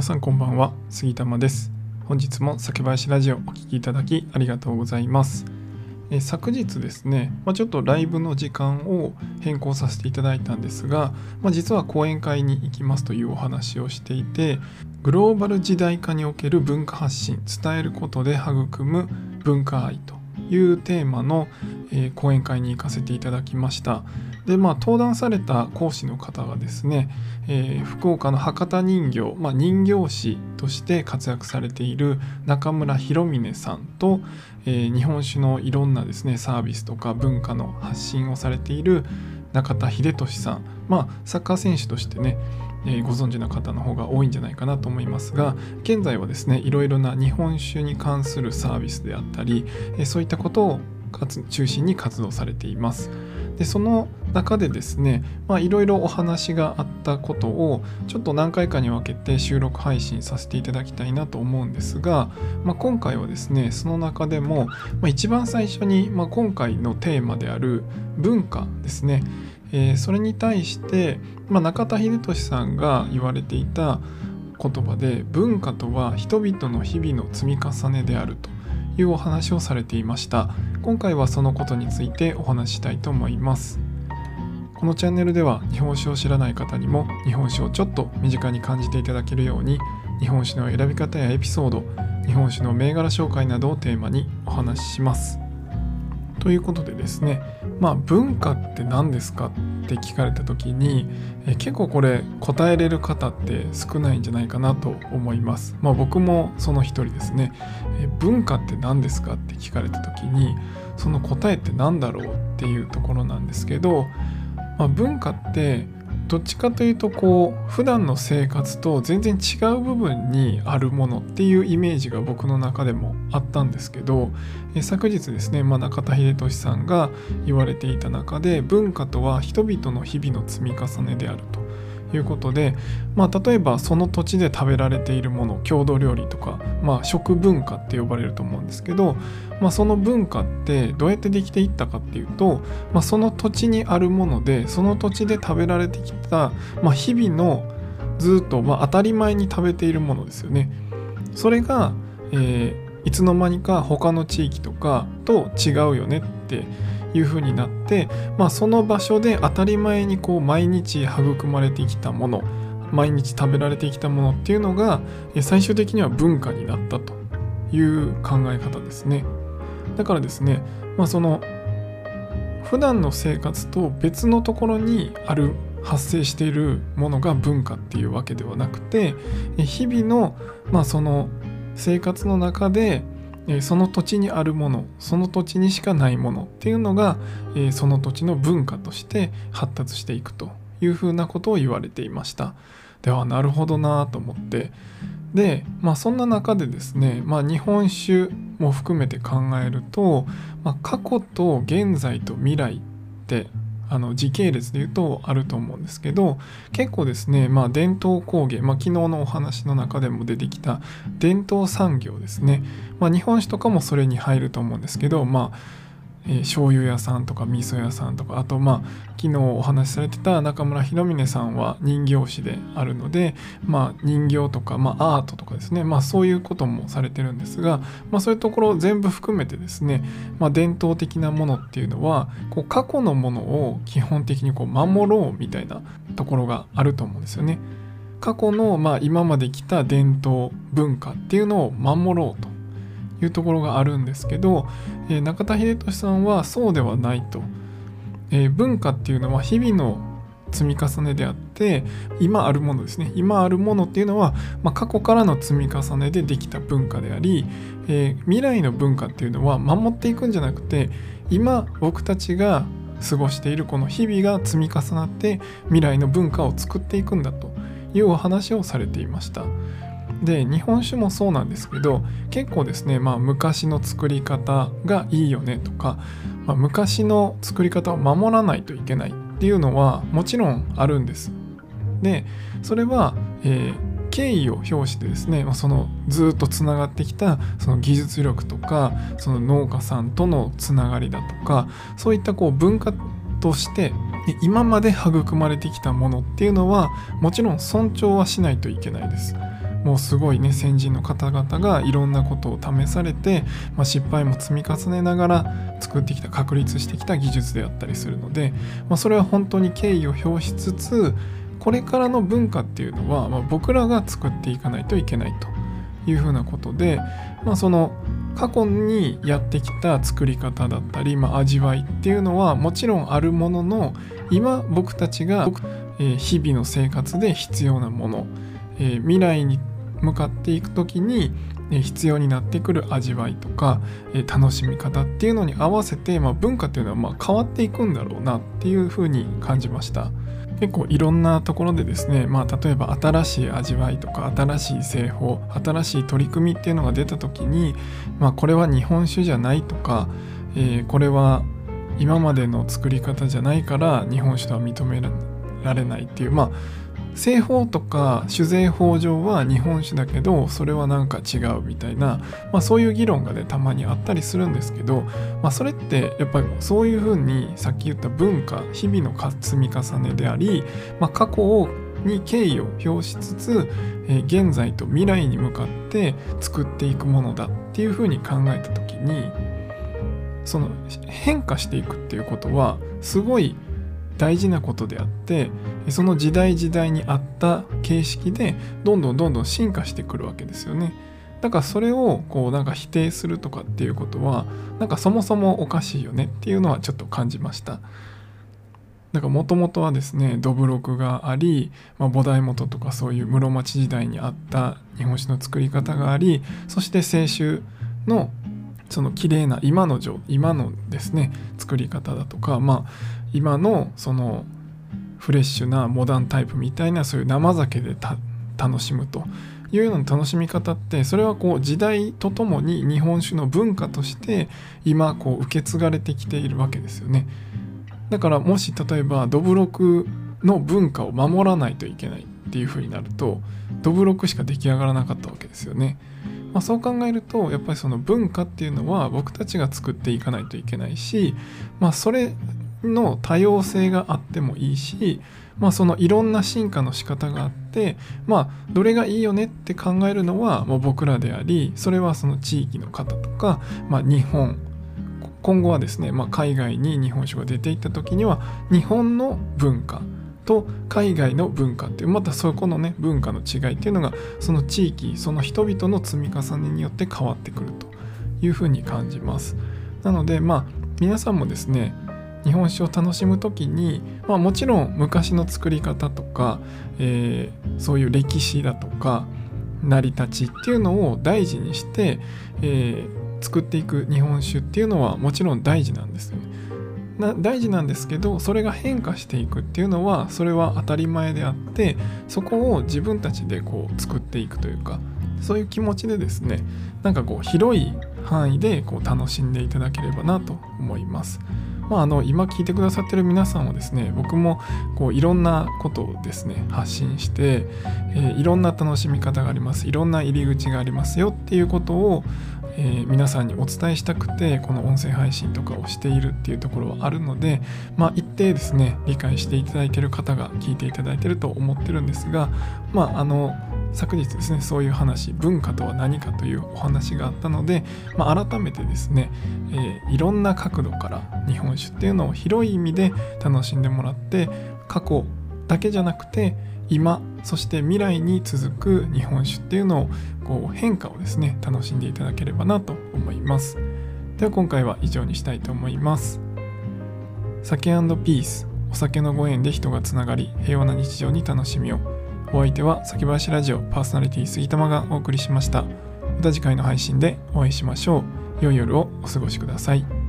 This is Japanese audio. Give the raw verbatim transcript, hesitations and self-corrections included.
さんこんばんは、杉玉です。本日も酒林ラジオお聞きいただきありがとうございます。え昨日ですね、まあ、ちょっとライブの時間を変更させていただいたんですが、まあ、実は講演会に行きますというお話をしていて、グローバル時代化における文化発信、伝えることで育む文化愛というテーマの、えー、講演会に行かせていただきました。で、まあ、登壇された講師の方がですね、えー、福岡の博多人形、まあ、人形師として活躍されている中村弘峰さんと、えー、日本酒のいろんなですねサービスとか文化の発信をされている中田秀俊さん、まあ、サッカー選手としてね、えー、ご存知の方の方が多いんじゃないかなと思いますが、現在はですねいろいろな日本酒に関するサービスであったり、えー、そういったことを中心に活動されています。でその中でですね、まあ、いろいろお話があったことをちょっと何回かに分けて収録配信させていただきたいなと思うんですが、まあ、今回はですねその中でも、まあ、一番最初に、まあ、今回のテーマである文化ですね、えー、それに対して、まあ、中田秀俊さんが言われていた言葉で、文化とは人々の日々の積み重ねであるというお話をされていました。今回はそのことについてお話ししたいと思います。このチャンネルでは日本酒を知らない方にも日本酒をちょっと身近に感じていただけるように、日本酒の選び方やエピソード、日本酒の銘柄紹介などをテーマにお話しします。ということでですね、まあ文化って何ですかって聞かれた時に、え結構これ答えれる方って少ないんじゃないかなと思います。まあ僕もその一人ですね。え文化って何ですかって聞かれた時に、その答えって何だろうっていうところなんですけど、まあ、文化ってどっちかというとこう普段の生活と全然違う部分にあるものっていうイメージが僕の中でもあったんですけど、え昨日ですね、まあ、中田秀俊さんが言われていた中で、文化とは人々の日々の積み重ねであるということで、まあ、例えばその土地で食べられているもの、郷土料理とか、まあ、食文化って呼ばれると思うんですけど、まあ、その文化ってどうやってできていったかっていうと、まあ、その土地にあるもので、その土地で食べられてきた、まあ、日々のずっとまあ当たり前に食べているものですよね。それが、えー、いつの間にか他の地域とかと違うよねっていう風になって、まあ、その場所で当たり前にこう毎日育まれてきたもの、毎日食べられてきたものっていうのが最終的には文化になったという考え方ですね。だからですね、まあ、その普段の生活と別のところにある発生しているものが文化っていうわけではなくて、日々の、まあ、その生活の中でその土地にあるもの、その土地にしかないものっていうのがその土地の文化として発達していくというふうなことを言われていました。ではなるほどなと思って、で、まあ、そんな中でですね、まあ、日本酒も含めて考えると、まあ、過去と現在と未来ってあの時系列で言うとあると思うんですけど、結構ですね、まあ、伝統工芸、まあ、昨日のお話の中でも出てきた伝統産業ですね、まあ、日本酒とかもそれに入ると思うんですけど、まあえー、醤油屋さんとか味噌屋さんとか、あとまあ昨日お話しされてた中村弘峰さんは人形師であるので、まあ、人形とか、まあ、アートとかですね、まあ、そういうこともされてるんですが、まあ、そういうところを全部含めてですね、まあ、伝統的なものっていうのはこう過去のものを基本的にこう守ろうみたいなところがあると思うんですよね。過去のまあ今まで来た伝統文化っていうのを守ろうというところがあるんですけど、えー、中田秀俊さんはそうではないと、えー、文化っていうのは日々の積み重ねであって、今あるものですね、今あるものっていうのは、まあ、過去からの積み重ねでできた文化であり、えー、未来の文化っていうのは守っていくんじゃなくて、今僕たちが過ごしているこの日々が積み重なって未来の文化を作っていくんだというお話をされていました。で、日本酒もそうなんですけど、結構ですね、まあ、昔の作り方がいいよねとか、まあ、昔の作り方を守らないといけないっていうのはもちろんあるんです。で、それは、えー、敬意を表してですね、まあ、そのずっとつながってきたその技術力とか、その農家さんとのつながりだとか、そういったこう文化として今まで育まれてきたものっていうのはもちろん尊重はしないといけないです。 もうすごいね先人の方々がいろんなことを試されて、まあ、失敗も積み重ねながら作ってきた確立してきた技術であったりするので、まあ、それは本当に敬意を表しつつ、これからの文化っていうのは、まあ、僕らが作っていかないといけないというふうなことで、まあ、その過去にやってきた作り方だったり、まあ、味わいっていうのはもちろんあるものの、今僕たちが、えー、日々の生活で必要なもの、えー、未来に向かっていく時に必要になってくる味わいとか楽しみ方っていうのに合わせて、まあ、文化っていうのはまあ変わっていくんだろうなっていうふうに感じました。結構いろんなところでですね、まあ、例えば新しい味わいとか新しい製法、新しい取り組みっていうのが出た時に、まあ、これは日本酒じゃないとか、えー、これは今までの作り方じゃないから日本酒とは認められないっていう、まあ製法とか酒税法上は日本酒だけどそれはなんか違うみたいな、まあ、そういう議論がねたまにあったりするんですけど、まあ、それってやっぱりそういうふうにさっき言った文化、日々の積み重ねであり、まあ、過去に敬意を表しつつ、えー、現在と未来に向かって作っていくものだっていうふうに考えた時に、その変化していくっていうことはすごい大事なことであって、その時代時代に合った形式でどんどんどんどん進化してくるわけですよね。だからそれをこうなんか否定するとかっていうことはなんかそもそもおかしいよねっていうのはちょっと感じました。だからもともとはですねどぶろくがあり、まあ、菩提元とかそういう室町時代にあった日本酒の作り方があり、そして清酒のその綺麗な今の今のですね作り方だとか、まあ今のそのフレッシュなモダンタイプみたいなそういう生酒でた楽しむというような楽しみ方って、それはこう時代とともに日本酒の文化として今こう受け継がれてきているわけですよね。だからもし例えばどぶろくの文化を守らないといけないっていう風になるとどぶろくしか出来上がらなかったわけですよね。まあ、そう考えるとやっぱりその文化っていうのは僕たちが作っていかないといけないし、まあそれの多様性があってもいいし、まあそのいろんな進化の仕方があって、まあどれがいいよねって考えるのはもう僕らであり、それはその地域の方とか、まあ日本、今後はですね、まあ、海外に日本酒が出ていった時には日本の文化と海外の文化っていうまたそこのね文化の違いっていうのがその地域その人々の積み重ねによって変わってくるというふうに感じます。なのでまあ皆さんもですね日本酒を楽しむ時に、まあ、もちろん昔の作り方とか、えー、そういう歴史だとか成り立ちっていうのを大事にして、えー、作っていく日本酒っていうのはもちろん大事なんですよね。な大事なんですけど、それが変化していくっていうのはそれは当たり前であって、そこを自分たちでこう作っていくというか、そういう気持ちでですねなんかこう広い範囲でこう楽しんでいただければなと思います。まあ、あの今聞いてくださってる皆さんはですね僕もこういろんなことをですね発信して、えー、いろんな楽しみ方があります、いろんな入り口がありますよっていうことを、えー、皆さんにお伝えしたくてこの音声配信とかをしているっていうところはあるので、まあ一定ですね理解していただいている方が聞いていただいていると思ってるんですが、まああの昨日ですねそういう話、文化とは何かというお話があったので、まあ、改めてですね、えー、いろんな角度から日本酒っていうのを広い意味で楽しんでもらって、過去だけじゃなくて今そして未来に続く日本酒っていうのをこう変化をですね楽しんでいただければなと思います。では今回は以上にしたいと思います。酒&ピース、お酒のご縁で人がつながり平和な日常に楽しみを。お相手は酒林ラジオパーソナリティ杉玉がお送りしました。また次回の配信でお会いしましょう。良い夜をお過ごしください。